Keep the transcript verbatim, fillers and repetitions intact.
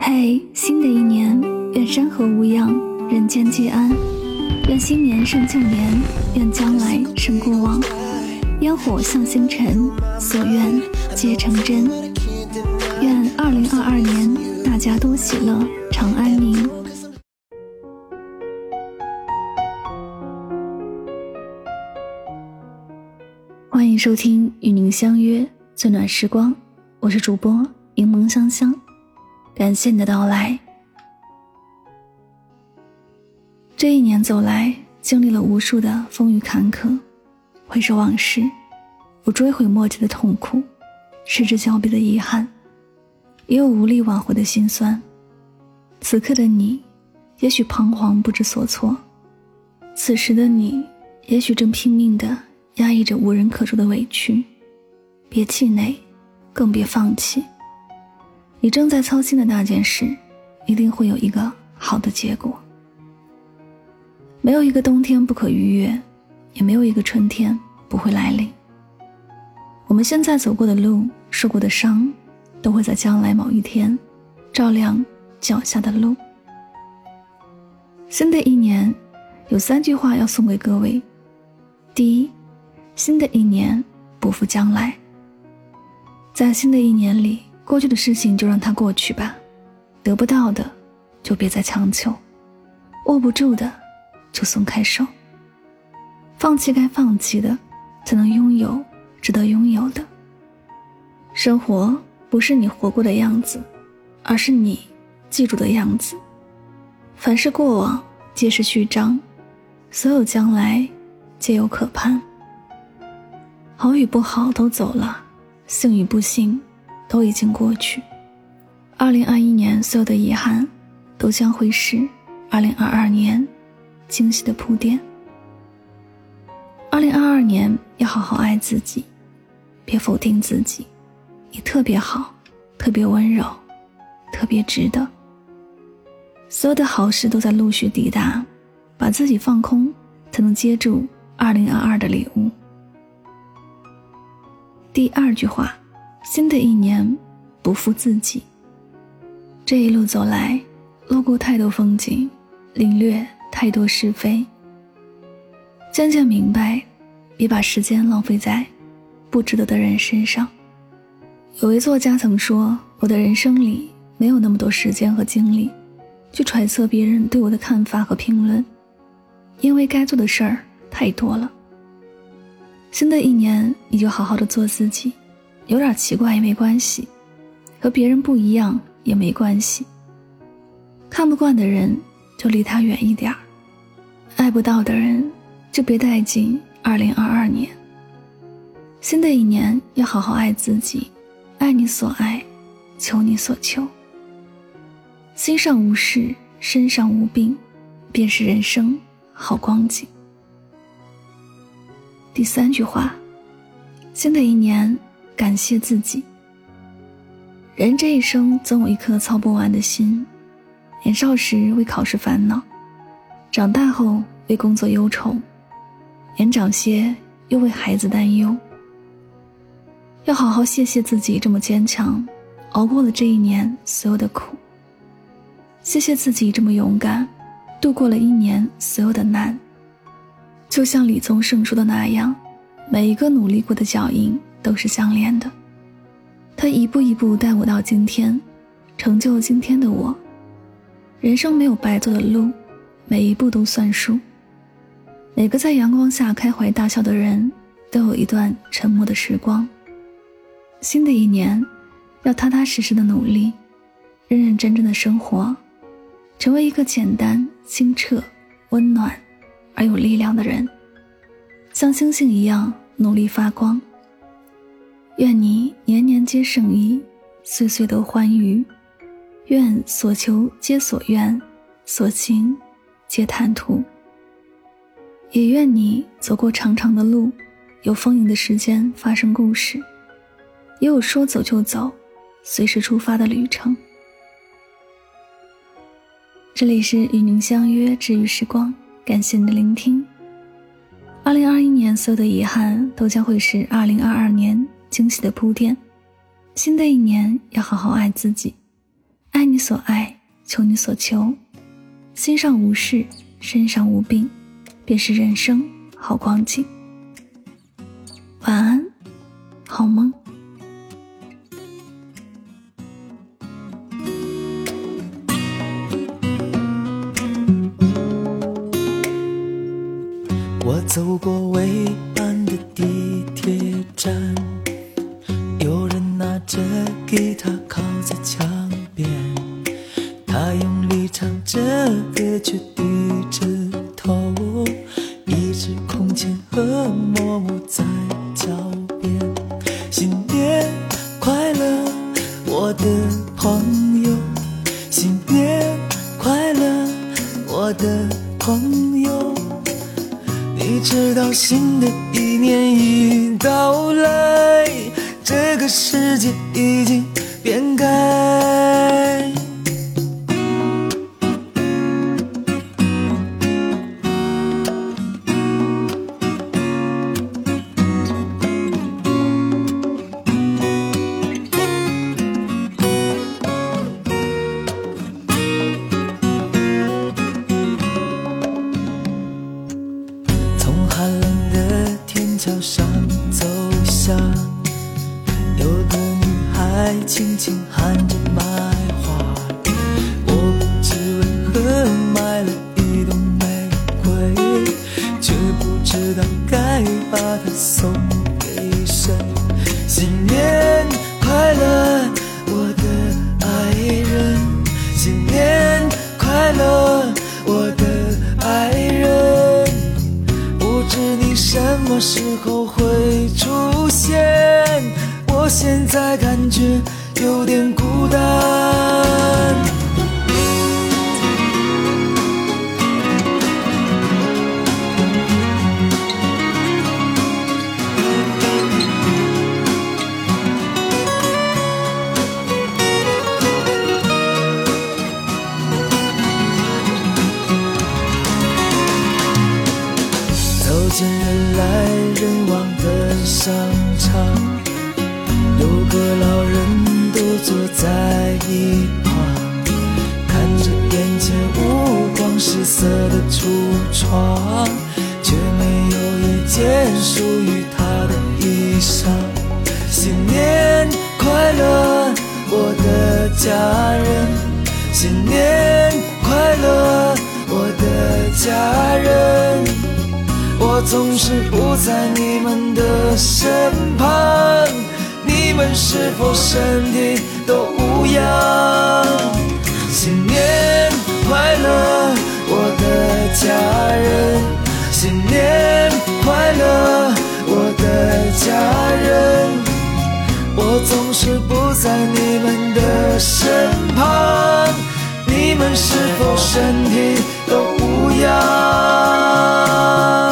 嘿，新的一年，愿山河无恙，人间皆安。愿新年胜旧年，愿将来胜过往。烟火像星辰，所愿皆成真。愿二零二二年大家多喜乐，常安宁。欢迎收听与您相约最暖时光，我是主播柠檬香香，感谢你的到来。这一年走来，经历了无数的风雨坎坷，回首往事，有追悔莫及的痛苦，失之交臂的遗憾，也有无力挽回的心酸。此刻的你也许彷徨不知所措，此时的你也许正拼命地压抑着无人可助的委屈。别气馁，更别放弃，你正在操心的那件事一定会有一个好的结果。没有一个冬天不可逾越，也没有一个春天不会来临。我们现在走过的路，受过的伤，都会在将来某一天照亮脚下的路。新的一年有三句话要送给各位。第一，新的一年不负将来。在新的一年里，过去的事情就让它过去吧，得不到的就别再强求，握不住的就松开手，放弃该放弃的，才能拥有值得拥有的。生活不是你活过的样子，而是你记住的样子。凡是过往皆是序章，所有将来皆有可盼。好与不好都走了，幸与不幸都已经过去。二零二一年所有的遗憾都将会是二零二二年惊喜的铺垫。二零二二年要好好爱自己，别否定自己，你特别好，特别温柔，特别值得。所有的好事都在陆续抵达，把自己放空，才能接住二零二二的礼物。第二句话，新的一年不负自己。这一路走来，路过太多风景，领略太多是非，渐渐明白，别把时间浪费在不值得的人身上。有位作家曾说，我的人生里没有那么多时间和精力去揣测别人对我的看法和评论，因为该做的事儿太多了。新的一年，你就好好的做自己，有点奇怪也没关系，和别人不一样也没关系。看不惯的人就离他远一点，爱不到的人就别带进二零二二年。新的一年要好好爱自己，爱你所爱，求你所求。心上无事，身上无病，便是人生好光景。第三句话，新的一年感谢自己。人这一生总有一颗操不完的心，年少时为考试烦恼，长大后为工作忧愁，年长些又为孩子担忧。要好好谢谢自己这么坚强，熬过了这一年所有的苦。谢谢自己这么勇敢，度过了一年所有的难。就像李宗盛说的那样，每一个努力过的脚印都是相连的，他一步一步带我到今天，成就今天的我。人生没有白走的路，每一步都算数。每个在阳光下开怀大笑的人，都有一段沉默的时光。新的一年要踏踏实实的努力，认认真真的生活，成为一个简单、清澈、温暖而有力量的人，像星星一样努力发光。愿你年年皆胜意，岁岁都欢愉。愿所求皆所愿，所行皆坦途。也愿你走过长长的路，有丰盈的时间发生故事，也有说走就走，随时出发的旅程。这里是与您相约治愈时光，感谢你的聆听。二零二一年所有的遗憾都将会是二零二二年惊喜的铺垫。新的一年要好好爱自己， 爱你所爱，求你所求，心上无事，身上无病，便是人生好光景。晚安，好梦。 我走过未满的地铁站，有人拿着吉他靠在墙边，他用力唱着歌却低着头，一支空弦和默默在脚边。新年快乐，我的朋友，新年快乐，我的朋友。你知道新的一年已到来，这个世界已经变改。寒冷的天桥上走下，有个女孩轻轻喊着买花，我不知为何买了一朵玫瑰，却不知道该把它送给谁。新年快乐，我的爱人，新年快乐，我的爱人。不知你什么时候会出现，我现在感觉有点孤单。走进人来人往的商场，有个老人独坐在一旁，看着眼前五光十色的橱窗，却没有一件属于他的衣裳。新年快乐，我的家人，新年快乐，我的家人。我总是不在你们的身旁，你们是否身体都无恙？新年快乐，我的家人，新年快乐，我的家人。我总是不在你们的身旁，你们是否身体都无恙？